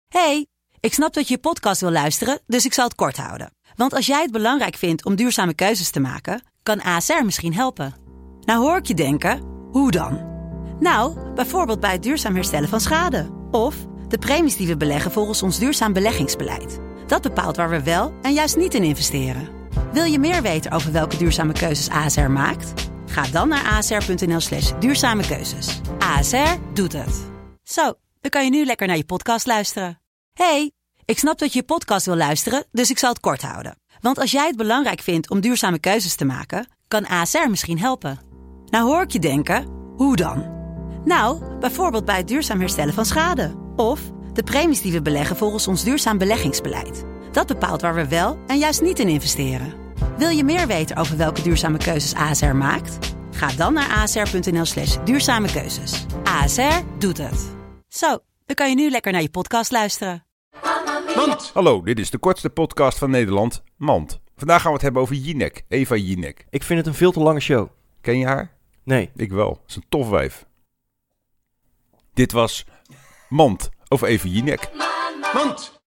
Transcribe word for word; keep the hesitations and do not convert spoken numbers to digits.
Hey, ik snap dat je je podcast wil luisteren, dus ik zal het kort houden. Want als jij het belangrijk vindt om duurzame keuzes te maken, kan A S R misschien helpen. Nou hoor ik je denken, hoe dan? Nou, bijvoorbeeld bij het duurzaam herstellen van schade. Of de premies die we beleggen volgens ons duurzaam beleggingsbeleid. Dat bepaalt waar we wel en juist niet in investeren. Wil je meer weten over welke duurzame keuzes A S R maakt? Ga dan naar asr.nl slash duurzame keuzes. A S R doet het. Zo, dan kan je nu lekker naar je podcast luisteren. Hey, ik snap dat je je podcast wil luisteren, dus ik zal het kort houden. Want als jij het belangrijk vindt om duurzame keuzes te maken, kan A S R misschien helpen. Nou hoor ik je denken, hoe dan? Nou, bijvoorbeeld bij het duurzaam herstellen van schade. Of de premies die we beleggen volgens ons duurzaam beleggingsbeleid. Dat bepaalt waar we wel en juist niet in investeren. Wil je meer weten over welke duurzame keuzes A S R maakt? Ga dan naar asr.nl slash duurzame keuzes. A S R doet het. Zo, dan kan je nu lekker naar je podcast luisteren. Mand! Hallo, dit is de kortste podcast van Nederland, Mand. Vandaag gaan we het hebben over Jinek, Eva Jinek. Ik vind het een veel te lange show. Ken je haar? Nee. Ik wel, dat is een tof wijf. Dit was Mand over Eva Jinek. Mand!